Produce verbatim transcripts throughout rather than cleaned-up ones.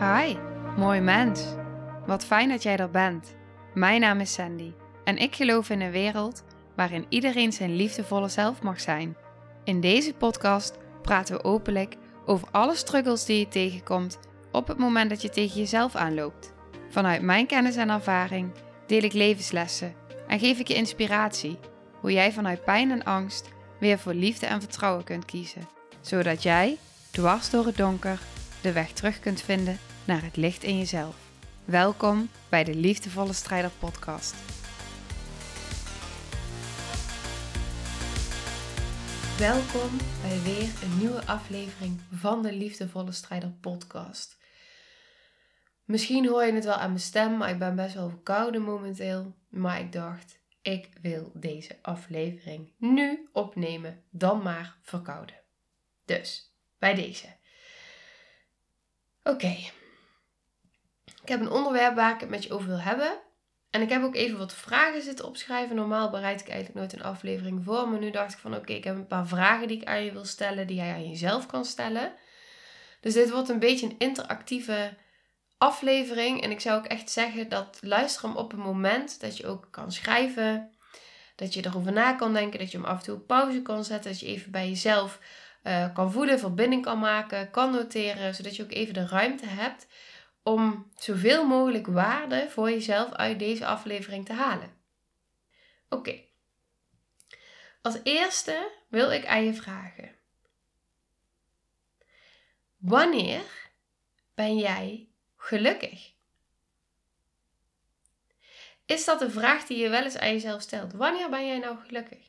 Hi, mooi mens. Wat fijn dat jij er bent. Mijn naam is Sandy en ik geloof in een wereld waarin iedereen zijn liefdevolle zelf mag zijn. In deze podcast praten we openlijk over alle struggles die je tegenkomt op het moment dat je tegen jezelf aanloopt. Vanuit mijn kennis en ervaring deel ik levenslessen en geef ik je inspiratie hoe jij vanuit pijn en angst weer voor liefde en vertrouwen kunt kiezen, zodat jij, dwars door het donker, de weg terug kunt vinden naar het licht in jezelf. Welkom bij de Liefdevolle Strijder podcast. Welkom bij weer een nieuwe aflevering van de Liefdevolle Strijder podcast. Misschien hoor je het wel aan mijn stem, maar ik ben best wel verkouden momenteel. Maar ik dacht, ik wil deze aflevering nu opnemen, dan maar verkouden. Dus, bij deze. Oké. Okay. Ik heb een onderwerp waar ik het met je over wil hebben. En ik heb ook even wat vragen zitten opschrijven. Normaal bereid ik eigenlijk nooit een aflevering voor. Maar nu dacht ik van oké, okay, ik heb een paar vragen die ik aan je wil stellen. Die jij aan jezelf kan stellen. Dus dit wordt een beetje een interactieve aflevering. En ik zou ook echt zeggen dat luister hem op een moment dat je ook kan schrijven. Dat je erover na kan denken. Dat je hem af en toe op pauze kan zetten. Dat je even bij jezelf uh, kan voelen. Verbinding kan maken. Kan noteren. Zodat je ook even de ruimte hebt om zoveel mogelijk waarde voor jezelf uit deze aflevering te halen. Oké. Okay. Als eerste wil ik aan je vragen. Wanneer ben jij gelukkig? Is dat een vraag die je wel eens aan jezelf stelt? Wanneer ben jij nou gelukkig?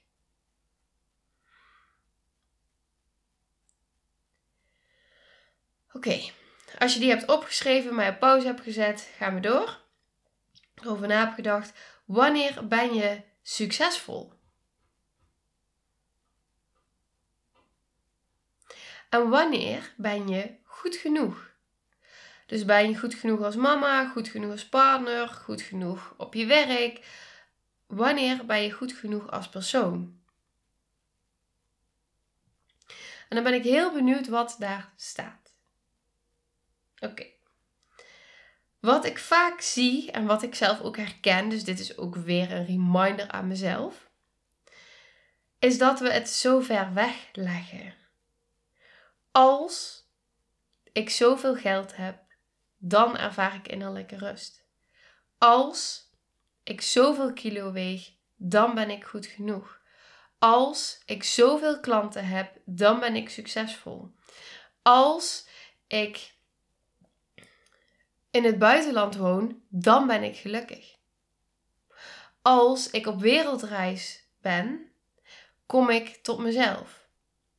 Oké. Okay. Als je die hebt opgeschreven, maar op pauze hebt gezet, gaan we door. Erover na heb gedacht. Wanneer ben je succesvol? En wanneer ben je goed genoeg? Dus ben je goed genoeg als mama, goed genoeg als partner, goed genoeg op je werk? Wanneer ben je goed genoeg als persoon? En dan ben ik heel benieuwd wat daar staat. Oké. Okay. Wat ik vaak zie en wat ik zelf ook herken, dus dit is ook weer een reminder aan mezelf, is dat we het zo ver weg leggen. Als ik zoveel geld heb, dan ervaar ik innerlijke rust. Als ik zoveel kilo weeg, dan ben ik goed genoeg. Als ik zoveel klanten heb, dan ben ik succesvol. Als ik in het buitenland woon, dan ben ik gelukkig. Als ik op wereldreis ben, kom ik tot mezelf.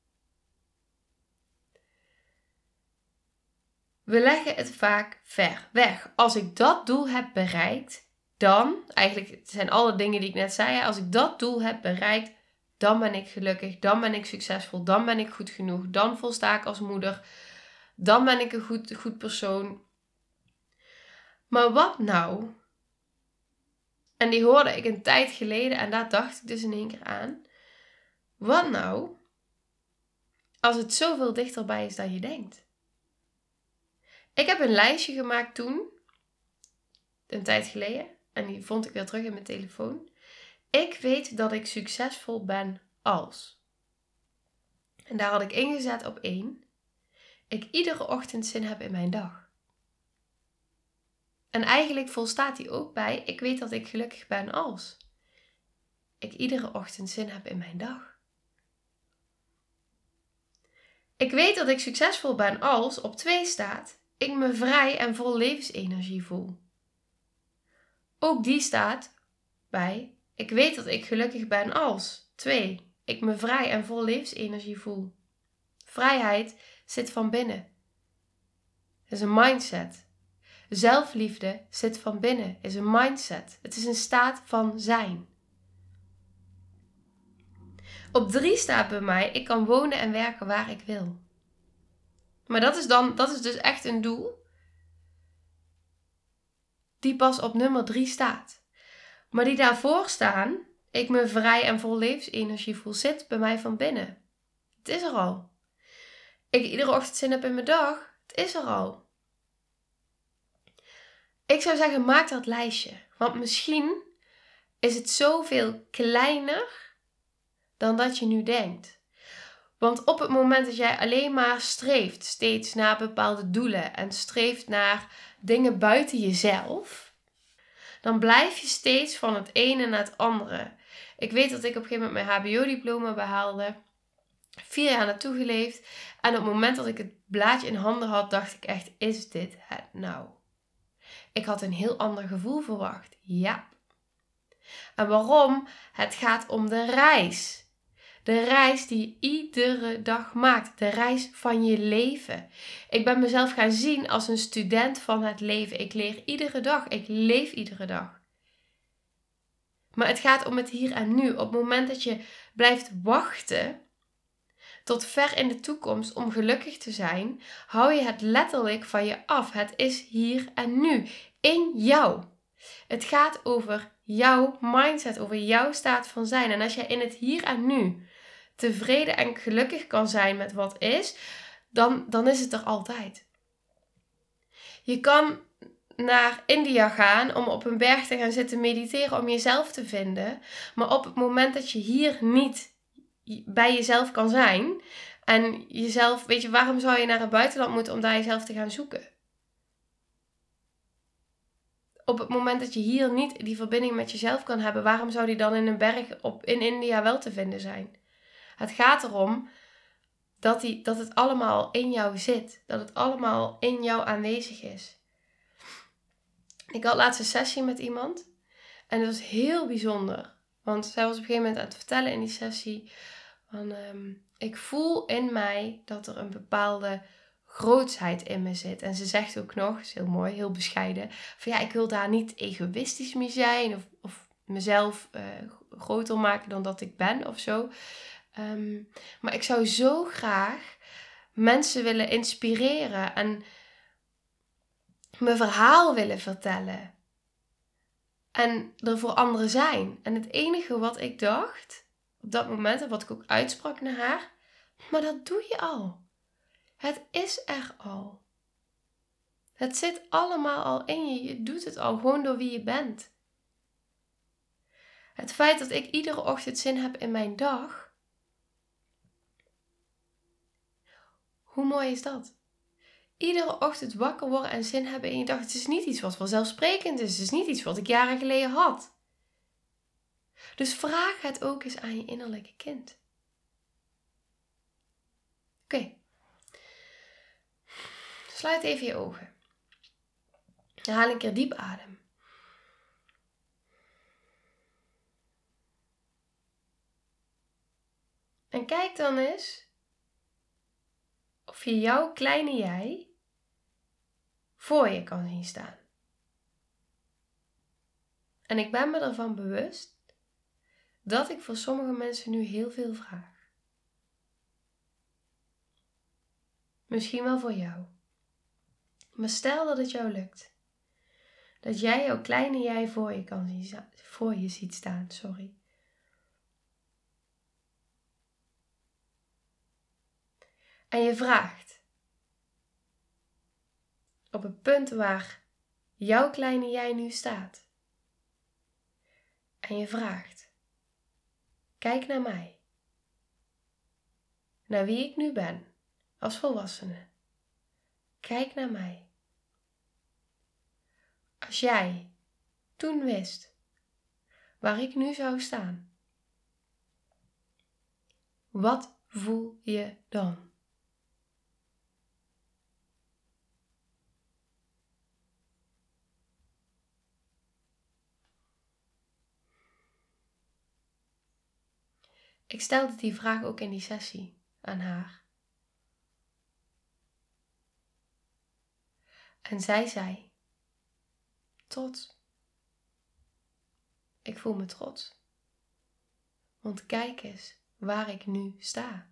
We leggen het vaak ver weg. Als ik dat doel heb bereikt, dan, eigenlijk zijn alle dingen die ik net zei, als ik dat doel heb bereikt, dan ben ik gelukkig, dan ben ik succesvol, dan ben ik goed genoeg, dan volsta ik als moeder, dan ben ik een goed, goed persoon. Maar wat nou? En die hoorde ik een tijd geleden en daar dacht ik dus in één keer aan. Wat nou als het zoveel dichterbij is dan je denkt? Ik heb een lijstje gemaakt toen, een tijd geleden, en die vond ik weer terug in mijn telefoon. Ik weet dat ik succesvol ben als. En daar had ik ingezet op één. Ik iedere ochtend zin heb in mijn dag. En eigenlijk volstaat die ook bij, ik weet dat ik gelukkig ben als ik iedere ochtend zin heb in mijn dag. Ik weet dat ik succesvol ben als, op twee staat, ik me vrij en vol levensenergie voel. Ook die staat bij, ik weet dat ik gelukkig ben als, twee, ik me vrij en vol levensenergie voel. Vrijheid zit van binnen. Het is een mindset. Zelfliefde zit van binnen, is een mindset. Het is een staat van zijn. Op drie staat bij mij, ik kan wonen en werken waar ik wil. Maar dat is, dan, dat is dus echt een doel die pas op nummer drie staat. Maar die daarvoor staan, ik me vrij en vol levensenergie voel, zit bij mij van binnen. Het is er al. Ik iedere ochtend zin heb in mijn dag, het is er al. Ik zou zeggen, maak dat lijstje. Want misschien is het zoveel kleiner dan dat je nu denkt. Want op het moment dat jij alleen maar streeft steeds naar bepaalde doelen en streeft naar dingen buiten jezelf, dan blijf je steeds van het ene naar het andere. Ik weet dat ik op een gegeven moment mijn H B O-diploma behaalde. Vier jaar naartoe geleefd. En op het moment dat ik het blaadje in handen had, dacht ik echt, is dit het nou? Ik had een heel ander gevoel verwacht. Ja. En waarom? Het gaat om de reis. De reis die je iedere dag maakt. De reis van je leven. Ik ben mezelf gaan zien als een student van het leven. Ik leer iedere dag. Ik leef iedere dag. Maar het gaat om het hier en nu. Op het moment dat je blijft wachten tot ver in de toekomst om gelukkig te zijn, hou je het letterlijk van je af. Het is hier en nu. In jou. Het gaat over jouw mindset, over jouw staat van zijn. En als jij in het hier en nu tevreden en gelukkig kan zijn met wat is, dan, dan is het er altijd. Je kan naar India gaan om op een berg te gaan zitten mediteren om jezelf te vinden. Maar op het moment dat je hier niet bij jezelf kan zijn en jezelf, weet je, waarom zou je naar het buitenland moeten om daar jezelf te gaan zoeken? Op het moment dat je hier niet die verbinding met jezelf kan hebben, waarom zou die dan in een berg op, in India wel te vinden zijn? Het gaat erom dat, die, dat het allemaal in jou zit. Dat het allemaal in jou aanwezig is. Ik had laatst een sessie met iemand. En dat was heel bijzonder. Want zij was op een gegeven moment aan het vertellen in die sessie. Van, um, ik voel in mij dat er een bepaalde grootsheid in me zit. En ze zegt ook nog, is heel mooi, heel bescheiden. Van ja, ik wil daar niet egoïstisch mee zijn. Of, of mezelf uh, groter maken dan dat ik ben of zo. Um, maar ik zou zo graag mensen willen inspireren. En mijn verhaal willen vertellen. En er voor anderen zijn. En het enige wat ik dacht op dat moment, en wat ik ook uitsprak naar haar, maar dat doe je al. Het is er al. Het zit allemaal al in je. Je doet het al gewoon door wie je bent. Het feit dat ik iedere ochtend zin heb in mijn dag. Hoe mooi is dat? Iedere ochtend wakker worden en zin hebben in je dag. Het is niet iets wat vanzelfsprekend is. Het is niet iets wat ik jaren geleden had. Dus vraag het ook eens aan je innerlijke kind. Oké. Okay. Sluit even je ogen. Haal een keer diep adem. En kijk dan eens of je jouw kleine jij voor je kan zien staan. En ik ben me ervan bewust dat ik voor sommige mensen nu heel veel vraag. Misschien wel voor jou. Maar stel dat het jou lukt. Dat jij jouw kleine jij voor je, kan zien, voor je ziet staan. Sorry. En je vraagt. Op het punt waar jouw kleine jij nu staat. En je vraagt. Kijk naar mij. Naar wie ik nu ben. Als volwassene. Kijk naar mij. Als jij toen wist waar ik nu zou staan. Wat voel je dan? Ik stelde die vraag ook in die sessie aan haar. En zij zei, trots. Ik voel me trots. Want kijk eens waar ik nu sta.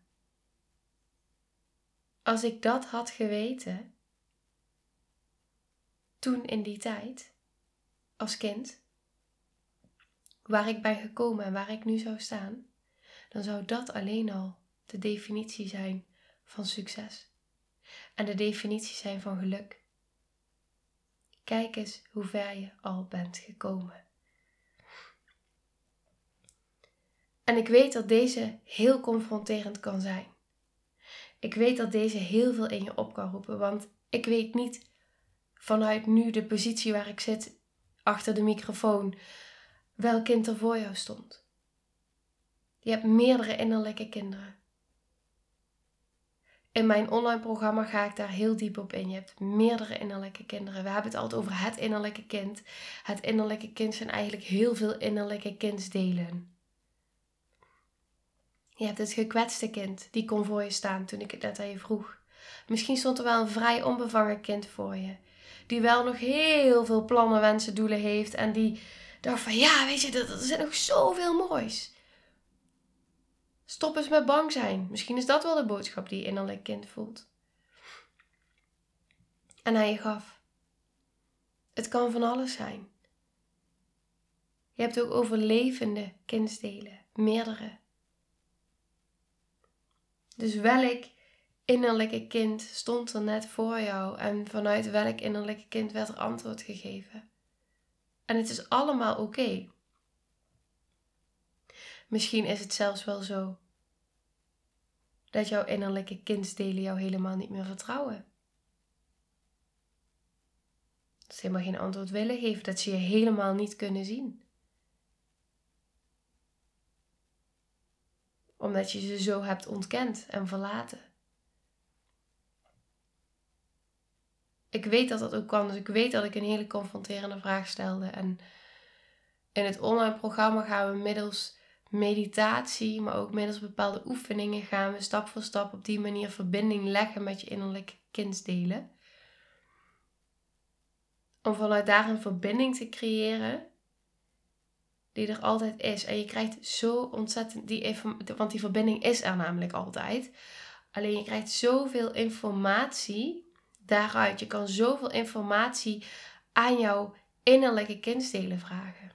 Als ik dat had geweten, toen in die tijd, als kind, waar ik ben gekomen en waar ik nu zou staan, dan zou dat alleen al de definitie zijn van succes. En de definitie zijn van geluk. Kijk eens hoe ver je al bent gekomen. En ik weet dat deze heel confronterend kan zijn. Ik weet dat deze heel veel in je op kan roepen, want ik weet niet vanuit nu de positie waar ik zit achter de microfoon welk kind er voor jou stond. Je hebt meerdere innerlijke kinderen. In mijn online programma ga ik daar heel diep op in. Je hebt meerdere innerlijke kinderen. We hebben het altijd over het innerlijke kind. Het innerlijke kind zijn eigenlijk heel veel innerlijke kindsdelen. Je hebt het gekwetste kind, die kon voor je staan toen ik het net aan je vroeg. Misschien stond er wel een vrij onbevangen kind voor je. Die wel nog heel veel plannen, wensen, doelen heeft. En die dacht van, ja, weet je, er zit nog zoveel moois. Stop eens met bang zijn. Misschien is dat wel de boodschap die je innerlijk kind voelt. En hij je gaf. Het kan van alles zijn. Je hebt ook overlevende kindsdelen. Meerdere. Dus welk innerlijke kind stond er net voor jou en vanuit welk innerlijke kind werd er antwoord gegeven? En het is allemaal oké. Okay. Misschien is het zelfs wel zo dat jouw innerlijke kindsdelen jou helemaal niet meer vertrouwen. Dat ze helemaal geen antwoord willen geven, dat ze je helemaal niet kunnen zien. Omdat je ze zo hebt ontkend en verlaten. Ik weet dat dat ook kan, dus ik weet dat ik een hele confronterende vraag stelde. En in het online programma gaan we middels meditatie, maar ook middels bepaalde oefeningen, gaan we stap voor stap op die manier verbinding leggen met je innerlijke kindsdelen. Om vanuit daar een verbinding te creëren die er altijd is. En je krijgt zo ontzettend, die want die verbinding is er namelijk altijd. Alleen je krijgt zoveel informatie daaruit. Je kan zoveel informatie aan jouw innerlijke kindsdelen vragen.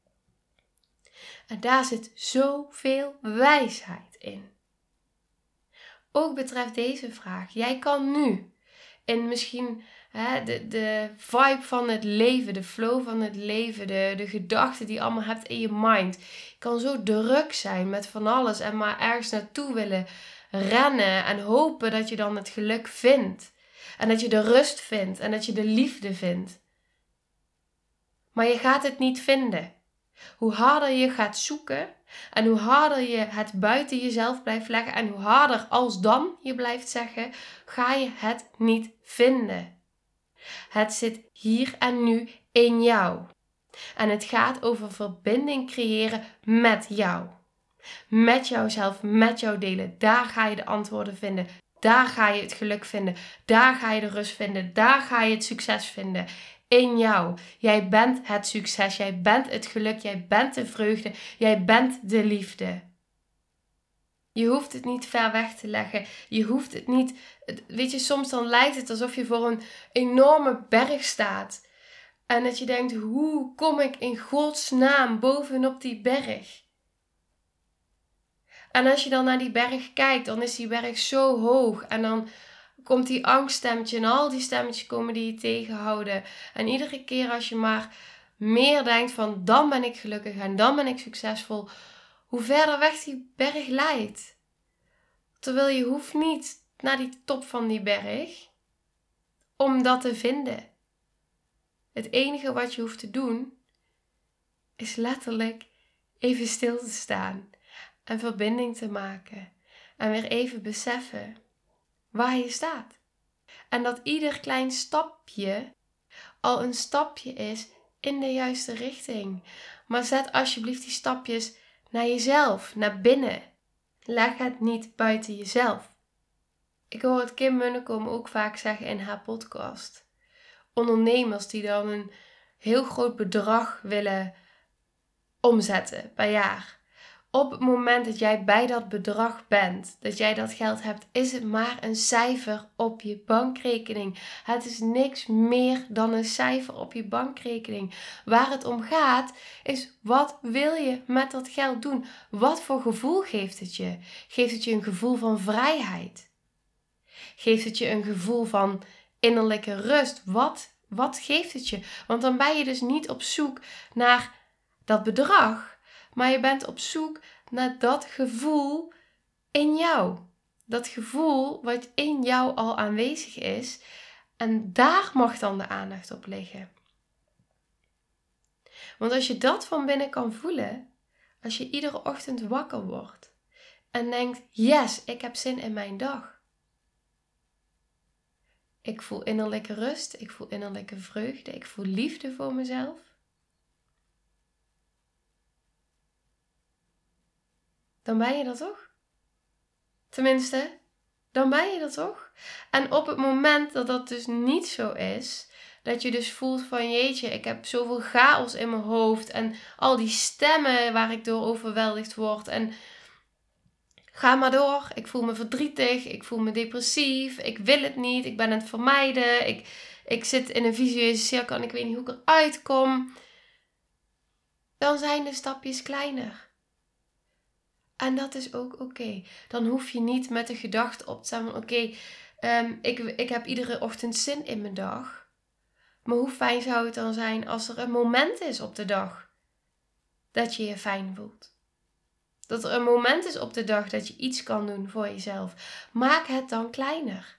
En daar zit zoveel wijsheid in. Ook betreft deze vraag. Jij kan nu in misschien hè, de, de vibe van het leven, de flow van het leven, de, de gedachten die je allemaal hebt in je mind. Je kan zo druk zijn met van alles en maar ergens naartoe willen rennen en hopen dat je dan het geluk vindt. En dat je de rust vindt en dat je de liefde vindt. Maar je gaat het niet vinden. Hoe harder je gaat zoeken en hoe harder je het buiten jezelf blijft leggen en hoe harder als dan je blijft zeggen, ga je het niet vinden. Het zit hier en nu in jou. En het gaat over verbinding creëren met jou. Met jouzelf, met jouw delen. Daar ga je de antwoorden vinden. Daar ga je het geluk vinden. Daar ga je de rust vinden. Daar ga je het succes vinden. In jou. Jij bent het succes. Jij bent het geluk. Jij bent de vreugde. Jij bent de liefde. Je hoeft het niet ver weg te leggen. Je hoeft het niet... Weet je, soms dan lijkt het alsof je voor een enorme berg staat. En dat je denkt, hoe kom ik in Gods naam bovenop die berg? En als je dan naar die berg kijkt, dan is die berg zo hoog. En dan komt die angststemmetje en al die stemmetjes komen die je tegenhouden. En iedere keer als je maar meer denkt van dan ben ik gelukkig en dan ben ik succesvol. Hoe verder weg die berg leidt. Terwijl je hoeft niet naar die top van die berg om dat te vinden. Het enige wat je hoeft te doen is letterlijk even stil te staan. En verbinding te maken. En weer even beseffen waar je staat. En dat ieder klein stapje al een stapje is in de juiste richting. Maar zet alsjeblieft die stapjes naar jezelf, naar binnen. Leg het niet buiten jezelf. Ik hoor het Kim Munnekom ook vaak zeggen in haar podcast. Ondernemers die dan een heel groot bedrag willen omzetten per jaar. Op het moment dat jij bij dat bedrag bent, dat jij dat geld hebt, is het maar een cijfer op je bankrekening. Het is niks meer dan een cijfer op je bankrekening. Waar het om gaat, is wat wil je met dat geld doen? Wat voor gevoel geeft het je? Geeft het je een gevoel van vrijheid? Geeft het je een gevoel van innerlijke rust? Wat Wat geeft het je? Want dan ben je dus niet op zoek naar dat bedrag, maar je bent op zoek naar dat gevoel in jou. Dat gevoel wat in jou al aanwezig is. En daar mag dan de aandacht op liggen. Want als je dat van binnen kan voelen, als je iedere ochtend wakker wordt en denkt, yes, ik heb zin in mijn dag. Ik voel innerlijke rust, ik voel innerlijke vreugde, ik voel liefde voor mezelf. Dan ben je dat toch? Tenminste, dan ben je dat toch? En op het moment dat dat dus niet zo is, dat je dus voelt van jeetje, ik heb zoveel chaos in mijn hoofd en al die stemmen waar ik door overweldigd word en ga maar door, ik voel me verdrietig, ik voel me depressief, ik wil het niet, ik ben aan het vermijden, ik, ik zit in een visueuze cirkel en ik weet niet hoe ik eruit kom. Dan zijn de stapjes kleiner. En dat is ook oké. Okay. Dan hoef je niet met de gedachte op te staan van oké, okay, um, ik, ik heb iedere ochtend zin in mijn dag. Maar hoe fijn zou het dan zijn als er een moment is op de dag dat je je fijn voelt. Dat er een moment is op de dag dat je iets kan doen voor jezelf. Maak het dan kleiner.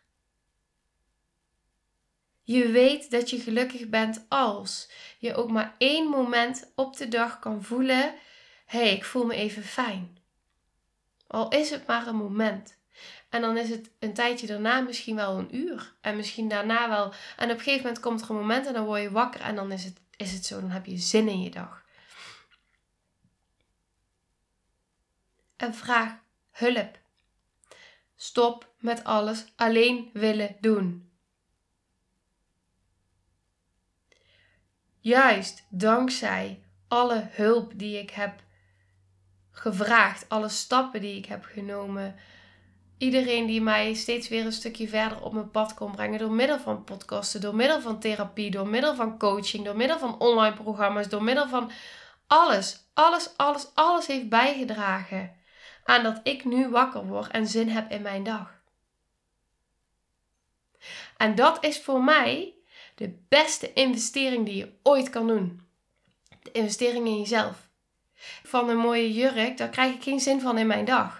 Je weet dat je gelukkig bent als je ook maar één moment op de dag kan voelen. Hé, hey, ik voel me even fijn. Al is het maar een moment. En dan is het een tijdje daarna misschien wel een uur. En misschien daarna wel. En op een gegeven moment komt er een moment en dan word je wakker. En dan is het, is het zo. Dan heb je zin in je dag. En vraag hulp. Stop met alles alleen willen doen. Juist dankzij alle hulp die ik heb gevraagd. Alle stappen die ik heb genomen. Iedereen die mij steeds weer een stukje verder op mijn pad kon brengen. Door middel van podcasten, door middel van therapie, door middel van coaching, door middel van online programma's, door middel van alles, alles, alles, alles heeft bijgedragen aan dat ik nu wakker word en zin heb in mijn dag. En dat is voor mij de beste investering die je ooit kan doen. De investering in jezelf. Van een mooie jurk, daar krijg ik geen zin van in mijn dag.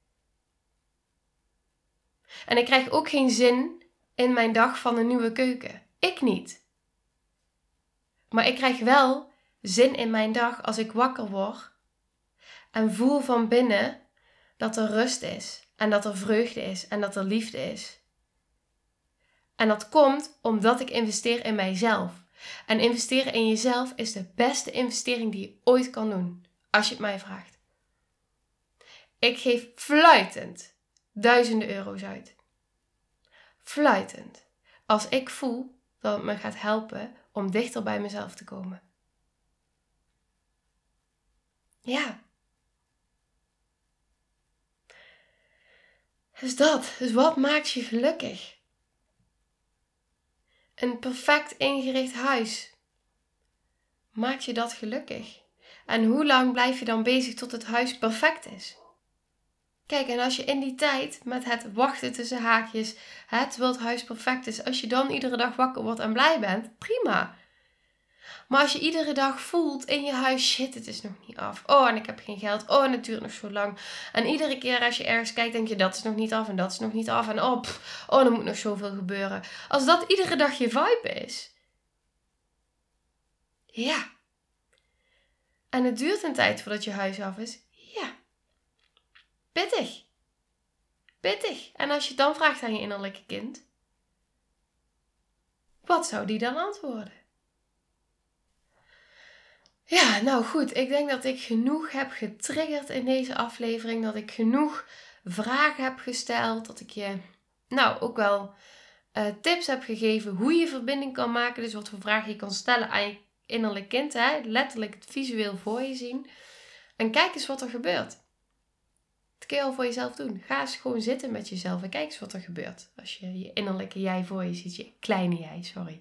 En ik krijg ook geen zin in mijn dag van een nieuwe keuken. Ik niet. Maar ik krijg wel zin in mijn dag als ik wakker word en voel van binnen dat er rust is en dat er vreugde is en dat er liefde is. En dat komt omdat ik investeer in mijzelf. En investeren in jezelf is de beste investering die je ooit kan doen, als je het mij vraagt. Ik geef fluitend duizenden euro's uit. Fluitend. Als ik voel dat het me gaat helpen om dichter bij mezelf te komen. Ja. Dus dat. Dus wat maakt je gelukkig? Een perfect ingericht huis. Maakt je dat gelukkig? En hoe lang blijf je dan bezig tot het huis perfect is? Kijk, en als je in die tijd met het wachten tussen haakjes, het wil het huis perfect is, als je dan iedere dag wakker wordt en blij bent, prima. Maar als je iedere dag voelt in je huis, shit, het is nog niet af. Oh, en ik heb geen geld. Oh, en het duurt nog zo lang. En iedere keer als je ergens kijkt, denk je, dat is nog niet af en dat is nog niet af. En oh, pff, oh, er moet nog zoveel gebeuren. Als dat iedere dag je vibe is. Ja. En het duurt een tijd voordat je huis af is. Ja. Pittig. Pittig. En als je het dan vraagt aan je innerlijke kind, wat zou die dan antwoorden? Ja, nou goed. Ik denk dat ik genoeg heb getriggerd in deze aflevering. Dat ik genoeg vragen heb gesteld. Dat ik je nou ook wel uh, tips heb gegeven hoe je verbinding kan maken. Dus wat voor vragen je kan stellen aan je innerlijk kind. Hè? Letterlijk het visueel voor je zien. En kijk eens wat er gebeurt. Dat kun je al voor jezelf doen. Ga eens gewoon zitten met jezelf en kijk eens wat er gebeurt. Als je je innerlijke jij voor je ziet. Je kleine jij, sorry.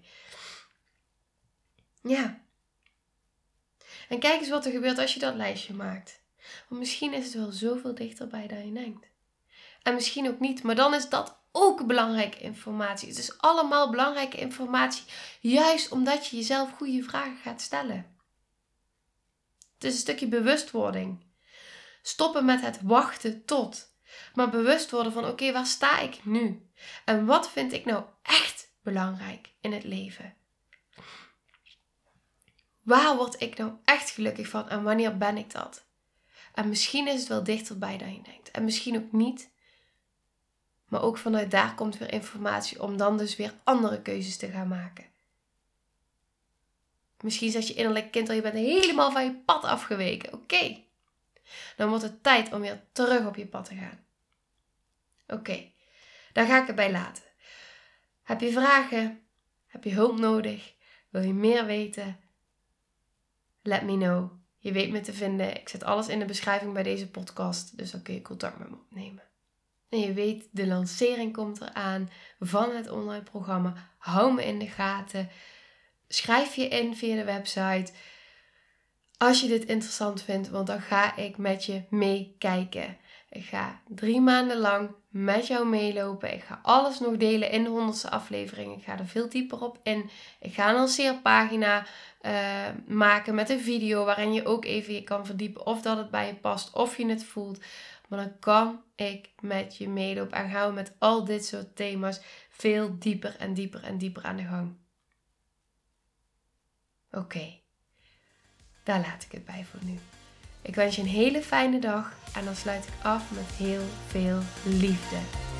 Ja. En kijk eens wat er gebeurt als je dat lijstje maakt. Want misschien is het wel zoveel dichterbij dan je denkt. En misschien ook niet. Maar dan is dat ook belangrijke informatie. Het is allemaal belangrijke informatie, juist omdat je jezelf goede vragen gaat stellen. Het is een stukje bewustwording. Stoppen met het wachten tot. Maar bewust worden van, oké, okay, waar sta ik nu? En wat vind ik nou echt belangrijk in het leven? Waar word ik nou echt gelukkig van en wanneer ben ik dat? En misschien is het wel dichterbij dan je denkt. En misschien ook niet. Maar ook vanuit daar komt weer informatie om dan dus weer andere keuzes te gaan maken. Misschien zegt je innerlijk kind al, je bent helemaal van je pad afgeweken. Oké. Okay. Dan wordt het tijd om weer terug op je pad te gaan. Oké. Okay. Daar ga ik het bij laten. Heb je vragen? Heb je hulp nodig? Wil je meer weten? Let me know. Je weet me te vinden. Ik zet alles in de beschrijving bij deze podcast. Dus dan kun je contact met me opnemen. En je weet, de lancering komt eraan van het online programma. Hou me in de gaten. Schrijf je in via de website. Als je dit interessant vindt, want dan ga ik met je meekijken. Ik ga drie maanden lang met jou meelopen. Ik ga alles nog delen in de honderdste aflevering. Ik ga er veel dieper op in. Ik ga een lanceerpagina uh, maken met een video waarin je ook even je kan verdiepen of dat het bij je past, of je het voelt. Maar dan kan ik met je meelopen en gaan we met al dit soort thema's veel dieper en dieper en dieper aan de gang. Oké, okay. Daar laat ik het bij voor nu. Ik wens je een hele fijne dag en dan sluit ik af met heel veel liefde.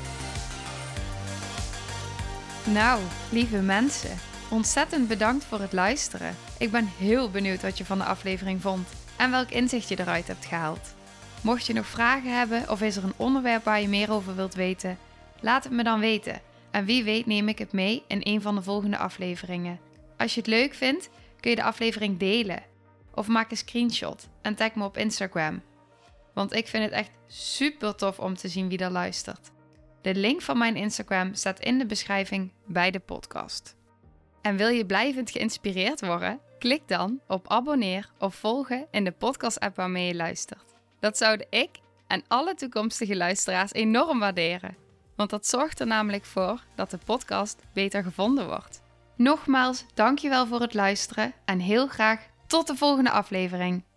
Nou, lieve mensen, ontzettend bedankt voor het luisteren. Ik ben heel benieuwd wat je van de aflevering vond en welk inzicht je eruit hebt gehaald. Mocht je nog vragen hebben of is er een onderwerp waar je meer over wilt weten, laat het me dan weten. En wie weet neem ik het mee in een van de volgende afleveringen. Als je het leuk vindt, kun je de aflevering delen. Of maak een screenshot en tag me op Instagram. Want ik vind het echt super tof om te zien wie er luistert. De link van mijn Instagram staat in de beschrijving bij de podcast. En wil je blijvend geïnspireerd worden? Klik dan op abonneer of volgen in de podcast-app waarmee je luistert. Dat zouden ik en alle toekomstige luisteraars enorm waarderen. Want dat zorgt er namelijk voor dat de podcast beter gevonden wordt. Nogmaals, dankjewel voor het luisteren en heel graag tot de volgende aflevering.